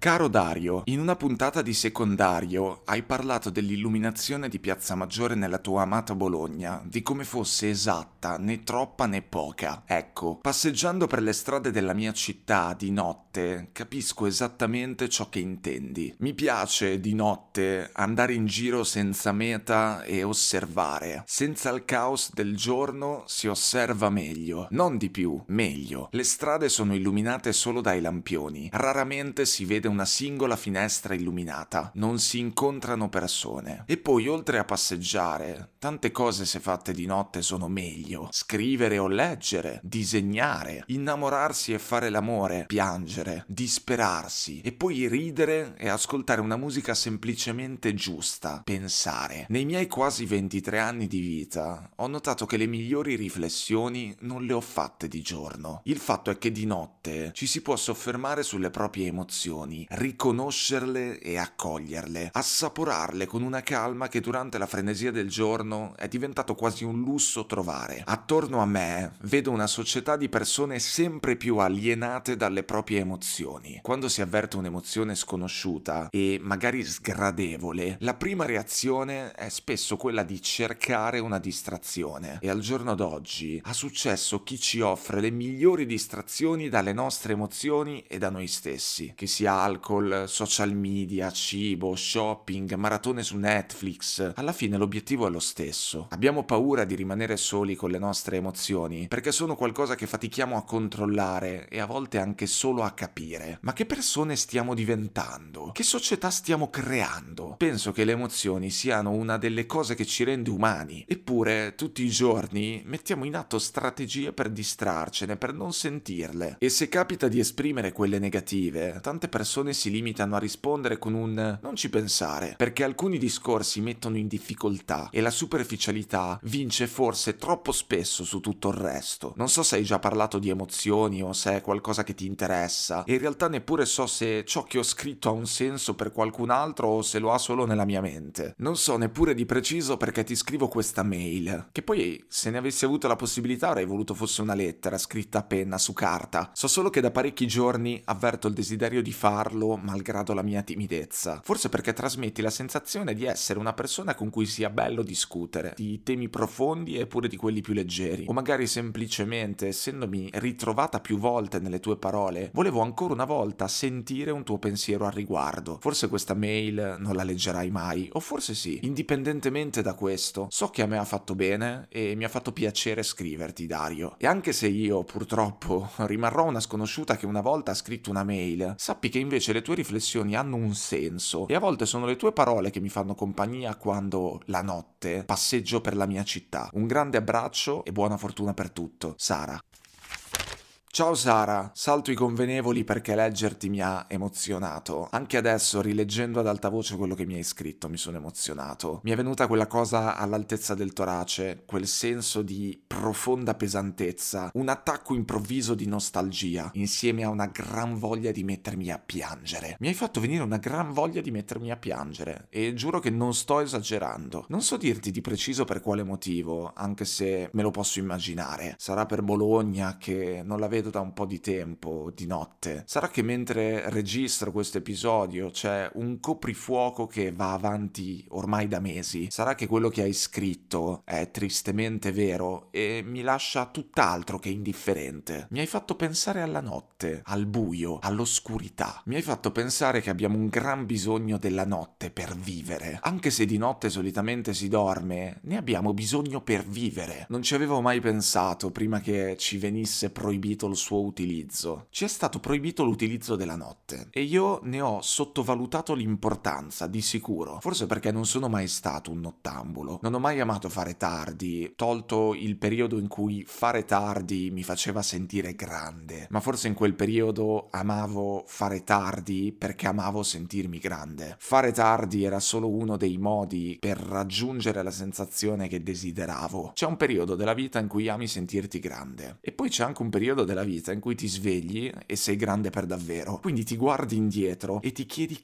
Caro Dario, in una puntata di Secondario hai parlato dell'illuminazione di Piazza Maggiore nella tua amata Bologna, di come fosse esatta, né troppa né poca. Ecco, passeggiando per le strade della mia città di notte, capisco esattamente ciò che intendi. Mi piace di notte andare in giro senza meta e osservare. Senza il caos del giorno si osserva meglio, non di più, meglio. Le strade sono illuminate solo dai lampioni, raramente si vede una singola finestra illuminata, non si incontrano persone. E poi, oltre a passeggiare, tante cose se fatte di notte sono meglio. Scrivere o leggere, disegnare, innamorarsi e fare l'amore, piangere, disperarsi e poi ridere e ascoltare una musica semplicemente giusta, pensare. Nei miei quasi 23 anni di vita ho notato che le migliori riflessioni non le ho fatte di giorno. Il fatto è che di notte ci si può soffermare sulle proprie emozioni, riconoscerle e accoglierle, assaporarle con una calma che durante la frenesia del giorno è diventato quasi un lusso trovare. Attorno a me vedo una società di persone sempre più alienate dalle proprie emozioni. Quando si avverte un'emozione sconosciuta e magari sgradevole, la prima reazione è spesso quella di cercare una distrazione. E al giorno d'oggi ha successo chi ci offre le migliori distrazioni dalle nostre emozioni e da noi stessi, che sia alcol, social media, cibo, shopping, maratone su Netflix. Alla fine l'obiettivo è lo stesso. Abbiamo paura di rimanere soli con le nostre emozioni, perché sono qualcosa che fatichiamo a controllare e a volte anche solo a capire. Ma che persone stiamo diventando? Che società stiamo creando? Penso che le emozioni siano una delle cose che ci rende umani. Eppure, tutti i giorni mettiamo in atto strategie per distrarcene, per non sentirle. E se capita di esprimere quelle negative, tante persone si limitano a rispondere con un non ci pensare, perché alcuni discorsi mettono in difficoltà e la superficialità vince forse troppo spesso su tutto il resto. Non so se hai già parlato di emozioni o se è qualcosa che ti interessa, e in realtà neppure so se ciò che ho scritto ha un senso per qualcun altro o se lo ha solo nella mia mente. Non so neppure di preciso perché ti scrivo questa mail, che poi se ne avessi avuto la possibilità avrei voluto fosse una lettera scritta a penna su carta. So solo che da parecchi giorni avverto il desiderio di farlo malgrado la mia timidezza. Forse perché trasmetti la sensazione di essere una persona con cui sia bello discutere, di temi profondi e pure di quelli più leggeri. O magari semplicemente, essendomi ritrovata più volte nelle tue parole, volevo ancora una volta sentire un tuo pensiero al riguardo. Forse questa mail non la leggerai mai, o forse sì. Indipendentemente da questo, so che a me ha fatto bene e mi ha fatto piacere scriverti, Dario. E anche se io, purtroppo, rimarrò una sconosciuta che una volta ha scritto una mail, sappi che invece le tue riflessioni hanno un senso e a volte sono le tue parole che mi fanno compagnia quando, la notte, passeggio per la mia città. Un grande abbraccio e buona fortuna per tutto. Sara. Ciao Sara, salto i convenevoli perché leggerti mi ha emozionato. Anche adesso, rileggendo ad alta voce quello che mi hai scritto, mi sono emozionato. Mi è venuta quella cosa all'altezza del torace, quel senso di profonda pesantezza, un attacco improvviso di nostalgia, insieme a una gran voglia di mettermi a piangere. Mi hai fatto venire una gran voglia di mettermi a piangere, e giuro che non sto esagerando. Non so dirti di preciso per quale motivo, anche se me lo posso immaginare. Sarà per Bologna, che non la vedo da un po' di tempo, di notte. Sarà che mentre registro questo episodio c'è un coprifuoco che va avanti ormai da mesi. Sarà che quello che hai scritto è tristemente vero e mi lascia tutt'altro che indifferente. Mi hai fatto pensare alla notte, al buio, all'oscurità. Mi hai fatto pensare che abbiamo un gran bisogno della notte per vivere. Anche se di notte solitamente si dorme, ne abbiamo bisogno per vivere. Non ci avevo mai pensato prima che ci venisse proibito il suo utilizzo. Ci è stato proibito l'utilizzo della notte e io ne ho sottovalutato l'importanza, di sicuro. Forse perché non sono mai stato un nottambulo. Non ho mai amato fare tardi, tolto il periodo in cui fare tardi mi faceva sentire grande. Ma forse in quel periodo amavo fare tardi perché amavo sentirmi grande. Fare tardi era solo uno dei modi per raggiungere la sensazione che desideravo. C'è un periodo della vita in cui ami sentirti grande e poi c'è anche un periodo della vita in cui ti svegli e sei grande per davvero. Quindi ti guardi indietro e ti chiedi che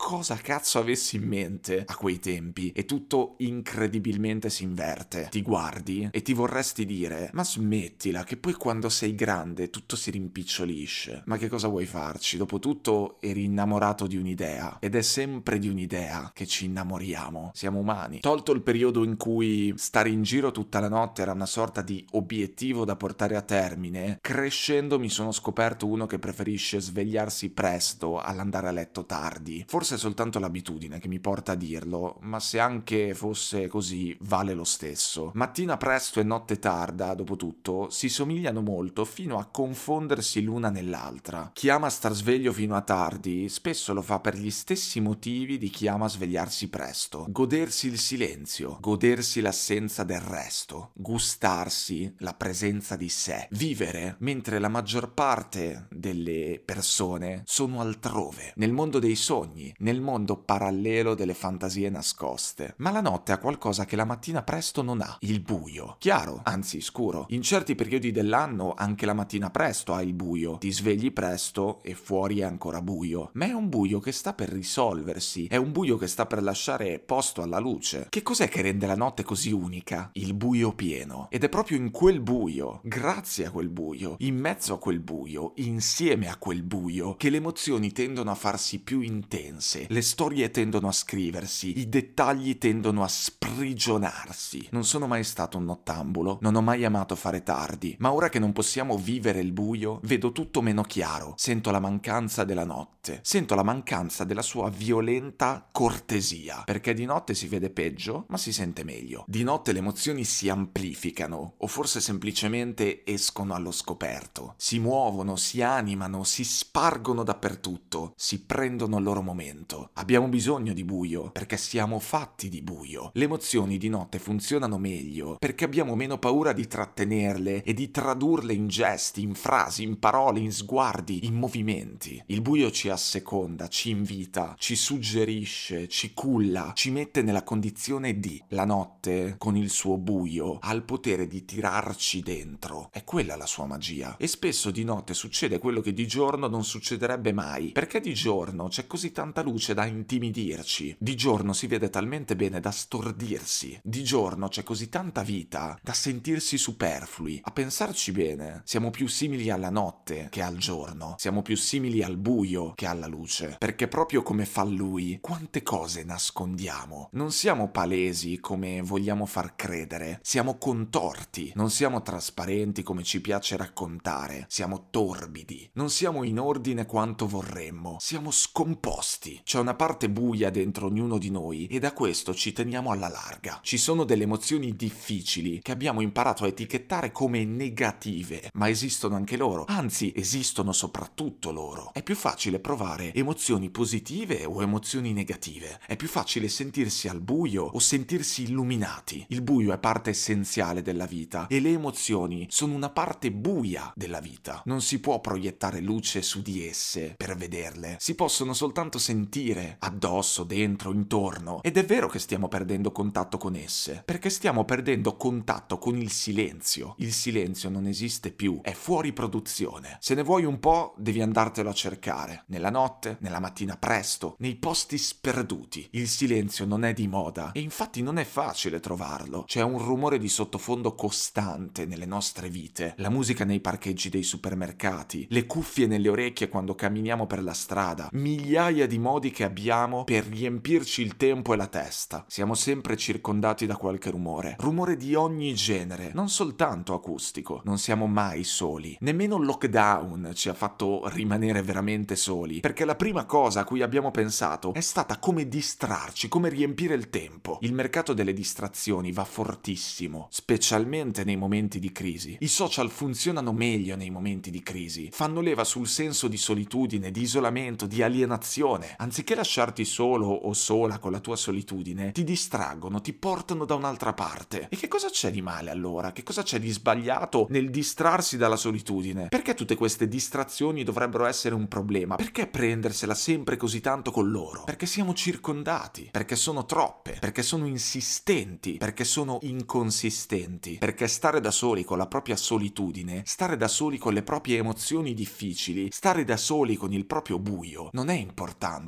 cosa cazzo avessi in mente a quei tempi e tutto incredibilmente si inverte. Ti guardi e ti vorresti dire: ma smettila, che poi quando sei grande tutto si rimpicciolisce. Ma che cosa vuoi farci? Dopotutto eri innamorato di un'idea ed è sempre di un'idea che ci innamoriamo. Siamo umani. Tolto il periodo in cui stare in giro tutta la notte era una sorta di obiettivo da portare a termine, crescendo mi sono scoperto uno che preferisce svegliarsi presto all'andare a letto tardi. Forse è soltanto l'abitudine che mi porta a dirlo, ma se anche fosse così vale lo stesso. Mattina presto e notte tarda, dopo tutto, si somigliano molto fino a confondersi l'una nell'altra. Chi ama star sveglio fino a tardi spesso lo fa per gli stessi motivi di chi ama svegliarsi presto. Godersi il silenzio, godersi l'assenza del resto, gustarsi la presenza di sé, vivere mentre la maggior parte delle persone sono altrove, nel mondo dei sogni, nel mondo parallelo delle fantasie nascoste. Ma la notte ha qualcosa che la mattina presto non ha: il buio. Chiaro, anzi scuro. In certi periodi dell'anno anche la mattina presto ha il buio. Ti svegli presto e fuori è ancora buio. Ma è un buio che sta per risolversi, è un buio che sta per lasciare posto alla luce. Che cos'è che rende la notte così unica? Il buio pieno. Ed è proprio in quel buio, grazie a quel buio, in mezzo a quel buio, insieme a quel buio, che le emozioni tendono a farsi più intense, le storie tendono a scriversi, i dettagli tendono a sprigionarsi. Non sono mai stato un nottambulo, non ho mai amato fare tardi, ma ora che non possiamo vivere il buio, vedo tutto meno chiaro, sento la mancanza della notte, sento la mancanza della sua violenta cortesia, perché di notte si vede peggio, ma si sente meglio. Di notte le emozioni si amplificano, o forse semplicemente escono allo scoperto, si muovono, si animano, si spargono dappertutto, si prendono il loro momento. Abbiamo bisogno di buio, perché siamo fatti di buio. Le emozioni di notte funzionano meglio, perché abbiamo meno paura di trattenerle e di tradurle in gesti, in frasi, in parole, in sguardi, in movimenti. Il buio ci asseconda, ci invita, ci suggerisce, ci culla, ci mette nella condizione di. La notte, con il suo buio, ha il potere di tirarci dentro. È quella la sua magia. E spesso di notte succede quello che di giorno non succederebbe mai, perché di giorno c'è così tanta luce da intimidirci. Di giorno si vede talmente bene da stordirsi. Di giorno c'è così tanta vita da sentirsi superflui. A pensarci bene, siamo più simili alla notte che al giorno. Siamo più simili al buio che alla luce. Perché proprio come fa lui, quante cose nascondiamo. Non siamo palesi come vogliamo far credere. Siamo contorti. Non siamo trasparenti come ci piace raccontare. Siamo torbidi. Non siamo in ordine quanto vorremmo. Siamo scomposti. C'è una parte buia dentro ognuno di noi e da questo ci teniamo alla larga. Ci sono delle emozioni difficili che abbiamo imparato a etichettare come negative, ma esistono anche loro. Anzi, esistono soprattutto loro. È più facile provare emozioni positive o emozioni negative. È più facile sentirsi al buio o sentirsi illuminati. Il buio è parte essenziale della vita e le emozioni sono una parte buia della vita. Non si può proiettare luce su di esse per vederle. Si possono soltanto sentire addosso, dentro, intorno. Ed è vero che stiamo perdendo contatto con esse, perché stiamo perdendo contatto con il silenzio. Il silenzio non esiste più, è fuori produzione. Se ne vuoi un po', devi andartelo a cercare. Nella notte, nella mattina presto, nei posti sperduti. Il silenzio non è di moda e infatti non è facile trovarlo. C'è un rumore di sottofondo costante nelle nostre vite. La musica nei parcheggi dei supermercati, le cuffie nelle orecchie quando camminiamo per la strada, migliaia di modi che abbiamo per riempirci il tempo e la testa. Siamo sempre circondati da qualche rumore di ogni genere, non soltanto acustico. Non siamo mai soli. Nemmeno il lockdown ci ha fatto rimanere veramente soli, perché la prima cosa a cui abbiamo pensato è stata come distrarci, come riempire il tempo. Il mercato delle distrazioni va fortissimo, specialmente nei momenti di crisi. I social funzionano meglio nei momenti di crisi, fanno leva sul senso di solitudine, di isolamento, di alienazione. Anziché lasciarti solo o sola con la tua solitudine, ti distraggono, ti portano da un'altra parte. E che cosa c'è di male allora? Che cosa c'è di sbagliato nel distrarsi dalla solitudine? Perché tutte queste distrazioni dovrebbero essere un problema? Perché prendersela sempre così tanto con loro? Perché siamo circondati, perché sono troppe, perché sono insistenti, perché sono inconsistenti, perché stare da soli con la propria solitudine, stare da soli con le proprie emozioni difficili, stare da soli con il proprio buio non è importante.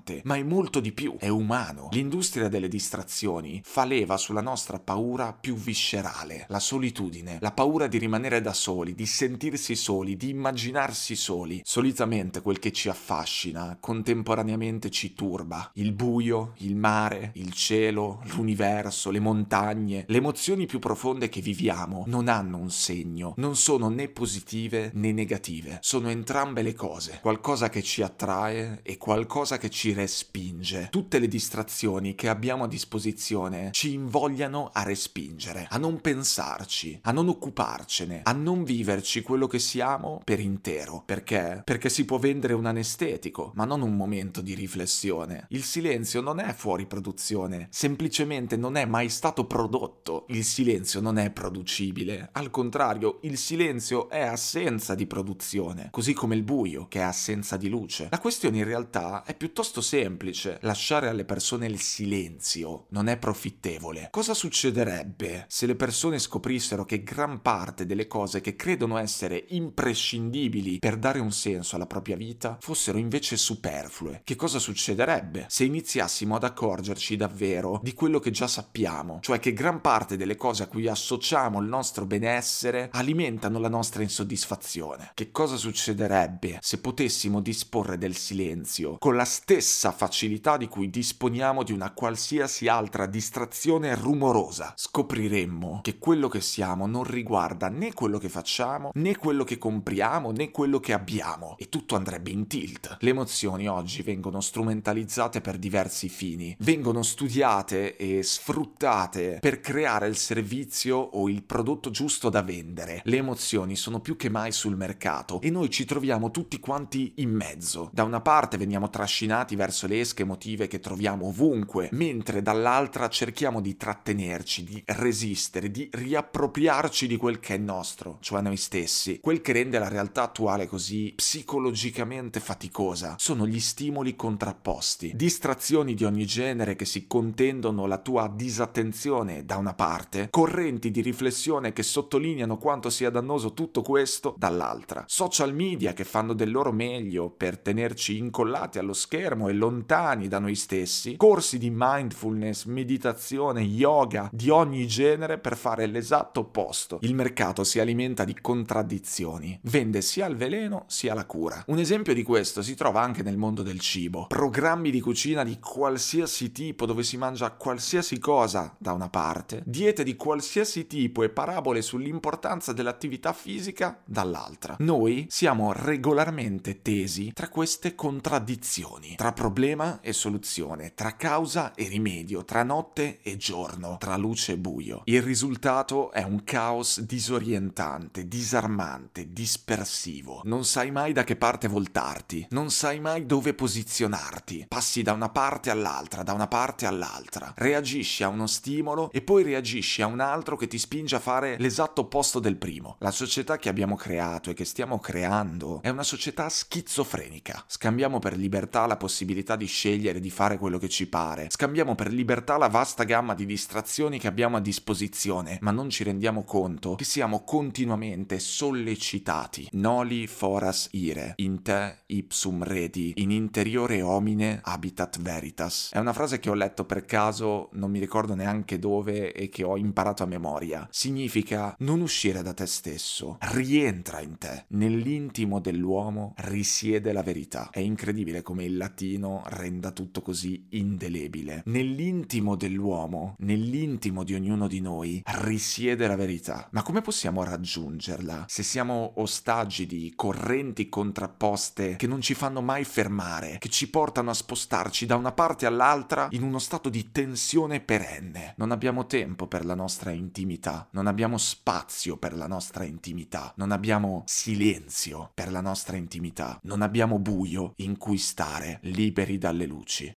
forte, ma è molto di più, è umano. L'industria delle distrazioni fa leva sulla nostra paura più viscerale, la solitudine, la paura di rimanere da soli, di sentirsi soli, di immaginarsi soli. Solitamente quel che ci affascina contemporaneamente ci turba. Il buio, il mare, il cielo, l'universo, le montagne, le emozioni più profonde che viviamo non hanno un segno, non sono né positive né negative, sono entrambe le cose, qualcosa che ci attrae e qualcosa che ci respinge. Tutte le distrazioni che abbiamo a disposizione ci invogliano a respingere, a non pensarci, a non occuparcene, a non viverci quello che siamo per intero. Perché? Perché si può vendere un anestetico, ma non un momento di riflessione. Il silenzio non è fuori produzione, semplicemente non è mai stato prodotto. Il silenzio non è producibile, al contrario, il silenzio è assenza di produzione, così come il buio, che è assenza di luce. La questione in realtà è piuttosto semplice. Lasciare alle persone il silenzio non è profittevole. Cosa succederebbe se le persone scoprissero che gran parte delle cose che credono essere imprescindibili per dare un senso alla propria vita fossero invece superflue? Che cosa succederebbe se iniziassimo ad accorgerci davvero di quello che già sappiamo, cioè che gran parte delle cose a cui associamo il nostro benessere alimentano la nostra insoddisfazione? Che cosa succederebbe se potessimo disporre del silenzio con la stessa facilità di cui disponiamo di una qualsiasi altra distrazione rumorosa? Scopriremmo che quello che siamo non riguarda né quello che facciamo, né quello che compriamo, né quello che abbiamo, e tutto andrebbe in tilt. Le emozioni oggi vengono strumentalizzate per diversi fini, vengono studiate e sfruttate per creare il servizio o il prodotto giusto da vendere. Le emozioni sono più che mai sul mercato e noi ci troviamo tutti quanti in mezzo. Da una parte veniamo trascinati verso le esche emotive che troviamo ovunque, mentre dall'altra cerchiamo di trattenerci, di resistere, di riappropriarci di quel che è nostro, cioè noi stessi. Quel che rende la realtà attuale così psicologicamente faticosa sono gli stimoli contrapposti, distrazioni di ogni genere che si contendono la tua disattenzione da una parte, correnti di riflessione che sottolineano quanto sia dannoso tutto questo dall'altra, social media che fanno del loro meglio per tenerci incollati allo schermo e lontani da noi stessi, corsi di mindfulness, meditazione, yoga di ogni genere per fare l'esatto opposto. Il mercato si alimenta di contraddizioni, vende sia il veleno sia la cura. Un esempio di questo si trova anche nel mondo del cibo. Programmi di cucina di qualsiasi tipo dove si mangia qualsiasi cosa da una parte, diete di qualsiasi tipo e parabole sull'importanza dell'attività fisica dall'altra. Noi siamo regolarmente tesi tra queste contraddizioni, tra problema e soluzione, tra causa e rimedio, tra notte e giorno, tra luce e buio. Il risultato è un caos disorientante, disarmante, dispersivo. Non sai mai da che parte voltarti, non sai mai dove posizionarti. Passi da una parte all'altra, da una parte all'altra. Reagisci a uno stimolo e poi reagisci a un altro che ti spinge a fare l'esatto opposto del primo. La società che abbiamo creato e che stiamo creando è una società schizofrenica. Scambiamo per libertà la possibilità di scegliere di fare quello che ci pare. Scambiamo per libertà la vasta gamma di distrazioni che abbiamo a disposizione, ma non ci rendiamo conto che siamo continuamente sollecitati. Noli foras ire, in te ipsum redi, in interiore homine habitat veritas. È una frase che ho letto per caso, non mi ricordo neanche dove, e che ho imparato a memoria. Significa non uscire da te stesso, rientra in te. Nell'intimo dell'uomo risiede la verità. È incredibile come il latino renda tutto così indelebile. Nell'intimo dell'uomo, nell'intimo di ognuno di noi, risiede la verità. Ma come possiamo raggiungerla se siamo ostaggi di correnti contrapposte che non ci fanno mai fermare, che ci portano a spostarci da una parte all'altra in uno stato di tensione perenne? Non abbiamo tempo per la nostra intimità, non abbiamo spazio per la nostra intimità, non abbiamo silenzio per la nostra intimità, non abbiamo buio in cui stare liberi dalle luci.